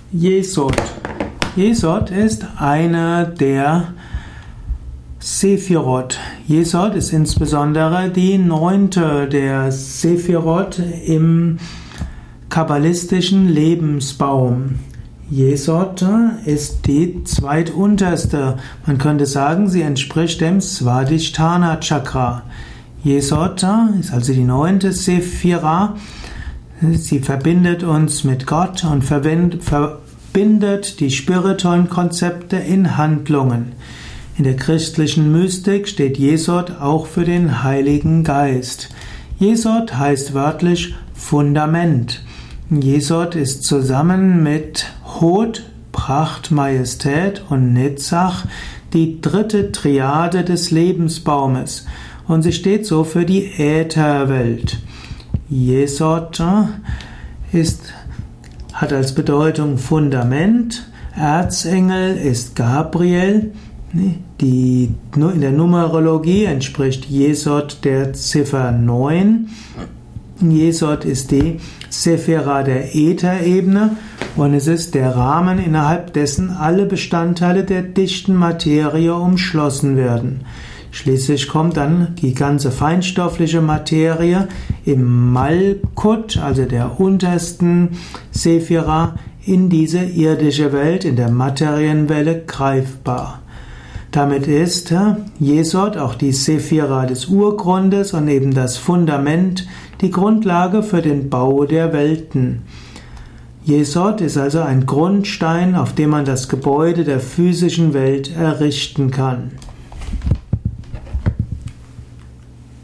Jesod. Jesod ist eine der Sephirot. Jesod ist insbesondere die 9. der Sephirot im kabbalistischen Lebensbaum. Jesod ist die zweitunterste. Man könnte sagen, sie entspricht dem Svadhisthana Chakra. Jesod ist also die 9. Sephira. Sie verbindet uns mit Gott und verbindet die spirituellen Konzepte in Handlungen. In der christlichen Mystik steht Jesod auch für den Heiligen Geist. Jesod heißt wörtlich Fundament. Jesod ist zusammen mit Hod, Pracht, Majestät und Netzach die 3. Triade des Lebensbaumes und sie steht so für die Ätherwelt. Jesod hat als Bedeutung Fundament. Erzengel ist Gabriel. In der Numerologie entspricht Jesod der Ziffer 9. Jesod ist die Sephira der Ätherebene und es ist der Rahmen, innerhalb dessen alle Bestandteile der dichten Materie umschlossen werden. Schließlich kommt dann die ganze feinstoffliche Materie im Malkut, also der untersten Sephira, in diese irdische Welt, in der Materienwelle greifbar. Damit ist Jesod auch die Sephira des Urgrundes und eben das Fundament, die Grundlage für den Bau der Welten. Jesod ist also ein Grundstein, auf dem man das Gebäude der physischen Welt errichten kann.